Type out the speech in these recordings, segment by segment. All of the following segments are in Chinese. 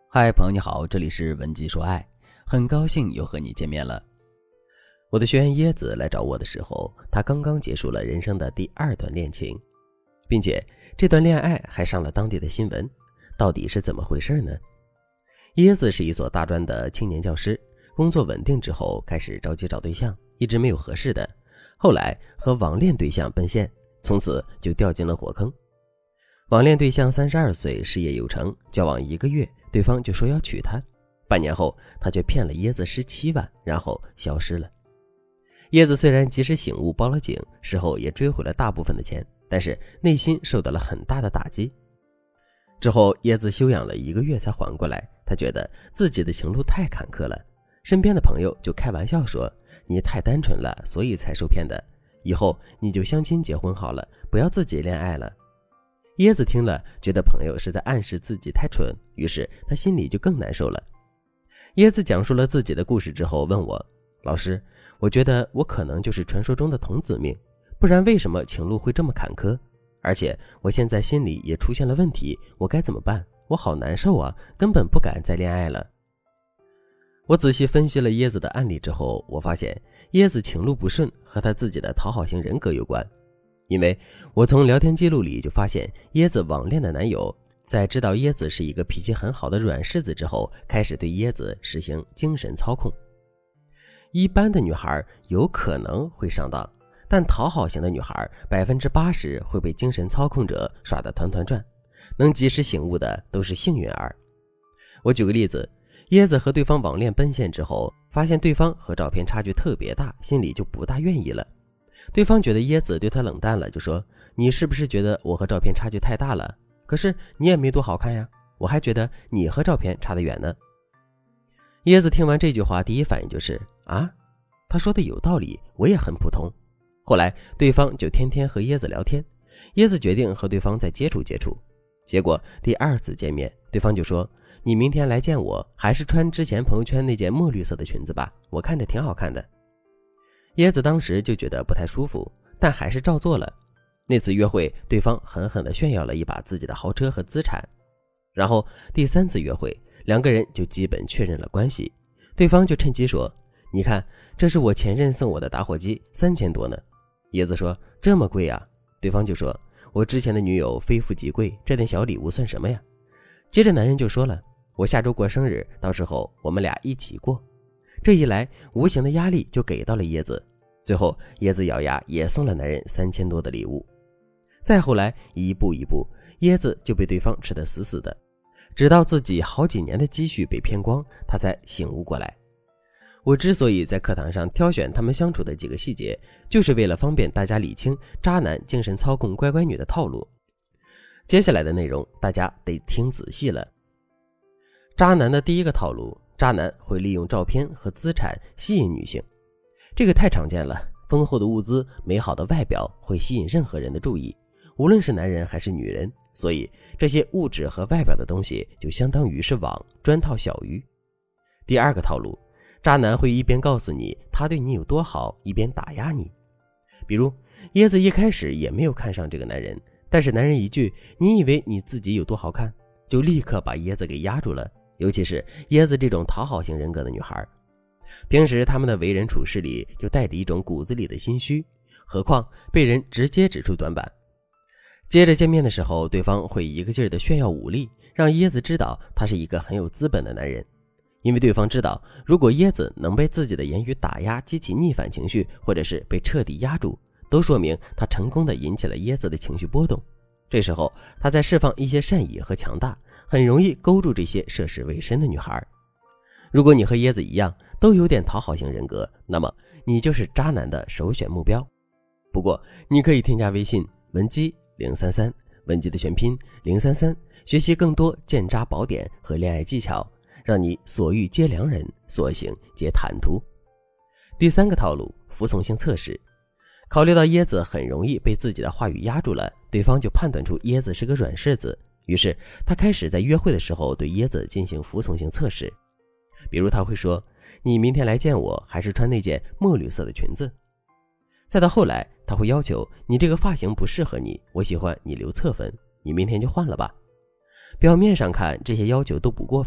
嗨，朋友你好，这里是文姬说爱，很高兴又和你见面了。我的学员椰子来找我的时候，她刚刚结束了人生的第2段恋情，并且这段恋爱还上了当地的新闻，到底是怎么回事呢？椰子是一所大专的青年教师，工作稳定之后开始着急找对象，一直没有合适的，后来和网恋对象奔现，从此就掉进了火坑。网恋对象32岁，事业有成，交往1个月，对方就说要娶她，半年后他却骗了椰子17万，然后消失了。椰子虽然及时醒悟报了警，事后也追回了大部分的钱，但是内心受到了很大的打击。之后椰子休养了1个月才缓过来，他觉得自己的情路太坎坷了，身边的朋友就开玩笑说，你太单纯了，所以才受骗的，以后你就相亲结婚好了，不要自己恋爱了。椰子听了觉得朋友是在暗示自己太蠢，于是他心里就更难受了。椰子讲述了自己的故事之后问我，老师，我觉得我可能就是传说中的童子命，不然为什么情路会这么坎坷？而且我现在心里也出现了问题，我该怎么办？我好难受啊，根本不敢再恋爱了。我仔细分析了椰子的案例之后，我发现椰子情路不顺和他自己的讨好型人格有关。因为我从聊天记录里就发现，椰子网恋的男友在知道椰子是一个脾气很好的软柿子之后，开始对椰子实行精神操控。一般的女孩有可能会上当，但讨好型的女孩80%会被精神操控者耍得团团转，能及时醒悟的都是幸运儿。我举个例子，椰子和对方网恋奔现之后，发现对方和照片差距特别大，心里就不大愿意了。对方觉得椰子对他冷淡了，就说，你是不是觉得我和照片差距太大了？可是你也没多好看呀，我还觉得你和照片差得远呢。椰子听完这句话，第一反应就是啊，他说的有道理，我也很普通。后来对方就天天和椰子聊天，椰子决定和对方再接触接触。结果第2次见面，对方就说，你明天来见我，还是穿之前朋友圈那件墨绿色的裙子吧，我看着挺好看的。椰子当时就觉得不太舒服，但还是照做了。那次约会，对方狠狠地炫耀了一把自己的豪车和资产。然后第3次约会，2个人就基本确认了关系。对方就趁机说，你看，这是我前任送我的打火机，3000多呢。椰子说，这么贵啊？对方就说，我之前的女友非富即贵，这点小礼物算什么呀？接着男人就说了，我下周过生日，到时候我们俩一起过。这一来，无形的压力就给到了椰子，最后椰子咬牙也送了男人3000多的礼物。再后来，一步一步，椰子就被对方吃得死死的，直到自己好几年的积蓄被骗光，他才醒悟过来。我之所以在课堂上挑选他们相处的几个细节，就是为了方便大家理清渣男精神操控乖乖女的套路。接下来的内容大家得听仔细了。渣男的第一个套路，渣男会利用照片和资产吸引女性，这个太常见了。丰厚的物资、美好的外表会吸引任何人的注意，无论是男人还是女人，所以这些物质和外表的东西就相当于是网，专套小鱼。第2个套路，渣男会一边告诉你他对你有多好，一边打压你。比如椰子一开始也没有看上这个男人，但是男人一句你以为你自己有多好看，就立刻把椰子给压住了。尤其是椰子这种讨好型人格的女孩，平时他们的为人处事里就带着一种骨子里的心虚，何况被人直接指出短板。接着见面的时候，对方会一个劲儿的炫耀武力，让椰子知道他是一个很有资本的男人。因为对方知道，如果椰子能被自己的言语打压，激起逆反情绪，或者是被彻底压住，都说明他成功的引起了椰子的情绪波动。这时候他在释放一些善意和强大，很容易勾住这些涉世未深的女孩。如果你和椰子一样都有点讨好型人格，那么你就是渣男的首选目标。不过你可以添加微信文姬033，文姬的全拼033，学习更多见渣宝典和恋爱技巧，让你所遇皆良人，所行皆坦途。第3个套路，服从性测试。考虑到椰子很容易被自己的话语压住了，对方就判断出椰子是个软柿子，于是他开始在约会的时候对椰子进行服从性测试。比如他会说，你明天来见我，还是穿那件墨绿色的裙子。再到后来，他会要求，你这个发型不适合你，我喜欢你留侧分，你明天就换了吧。表面上看这些要求都不过分，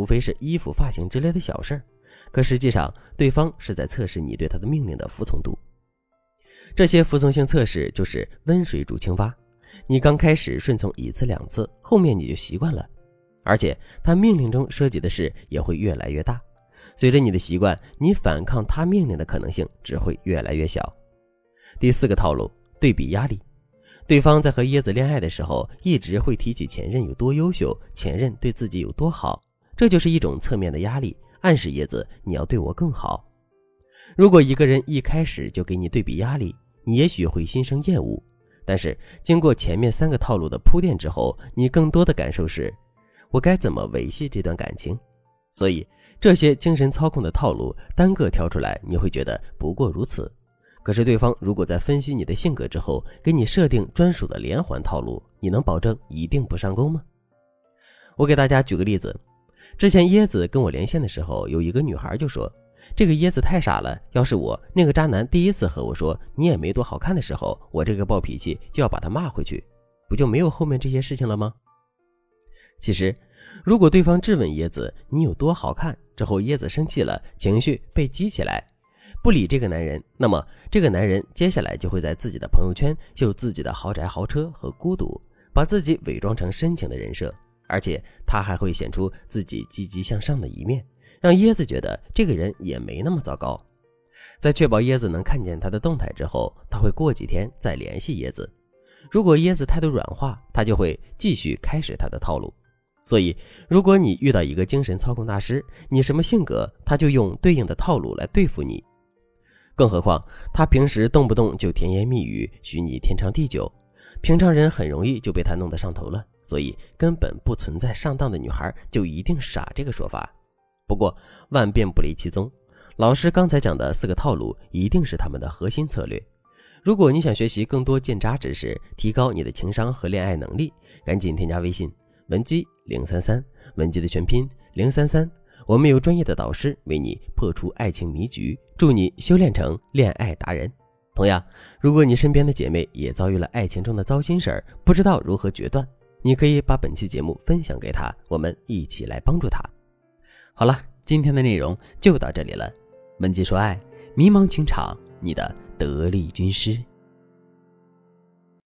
无非是衣服、发型之类的小事儿，可实际上对方是在测试你对他的命令的服从度。这些服从性测试就是温水煮青蛙，你刚开始顺从1次2次，后面你就习惯了，而且他命令中涉及的事也会越来越大。随着你的习惯，你反抗他命令的可能性只会越来越小。第4个套路，对比压力。对方在和椰子恋爱的时候，一直会提起前任有多优秀，前任对自己有多好，这就是一种侧面的压力，暗示椰子你要对我更好。如果一个人一开始就给你对比压力，你也许会心生厌恶，但是经过前面3个套路的铺垫之后，你更多的感受是，我该怎么维系这段感情？所以这些精神操控的套路单个挑出来，你会觉得不过如此。可是对方如果在分析你的性格之后，给你设定专属的连环套路，你能保证一定不上钩吗？我给大家举个例子，之前椰子跟我连线的时候，有一个女孩就说，这个椰子太傻了，要是我那个渣男第一次和我说你也没多好看的时候，我这个暴脾气就要把他骂回去，不就没有后面这些事情了吗？其实如果对方质问椰子你有多好看，之后椰子生气了，情绪被激起来，不理这个男人，那么这个男人接下来就会在自己的朋友圈秀自己的豪宅豪车和孤独，把自己伪装成深情的人设，而且他还会显出自己积极向上的一面，让椰子觉得这个人也没那么糟糕。在确保椰子能看见他的动态之后，他会过几天再联系椰子，如果椰子态度软化，他就会继续开始他的套路。所以如果你遇到一个精神操控大师，你什么性格，他就用对应的套路来对付你。更何况他平时动不动就甜言蜜语，许你天长地久，平常人很容易就被他弄得上头了，所以根本不存在上当的女孩就一定傻这个说法。不过万变不离其宗，老师刚才讲的4个套路一定是他们的核心策略。如果你想学习更多建渣知识，提高你的情商和恋爱能力，赶紧添加微信文姬033，文姬的全拼033，我们有专业的导师为你破除爱情迷局，助你修炼成恋爱达人。同样，如果你身边的姐妹也遭遇了爱情中的糟心事儿，不知道如何决断，你可以把本期节目分享给她，我们一起来帮助她。好了，今天的内容就到这里了。文姬说爱，迷茫情场，你的得力军师。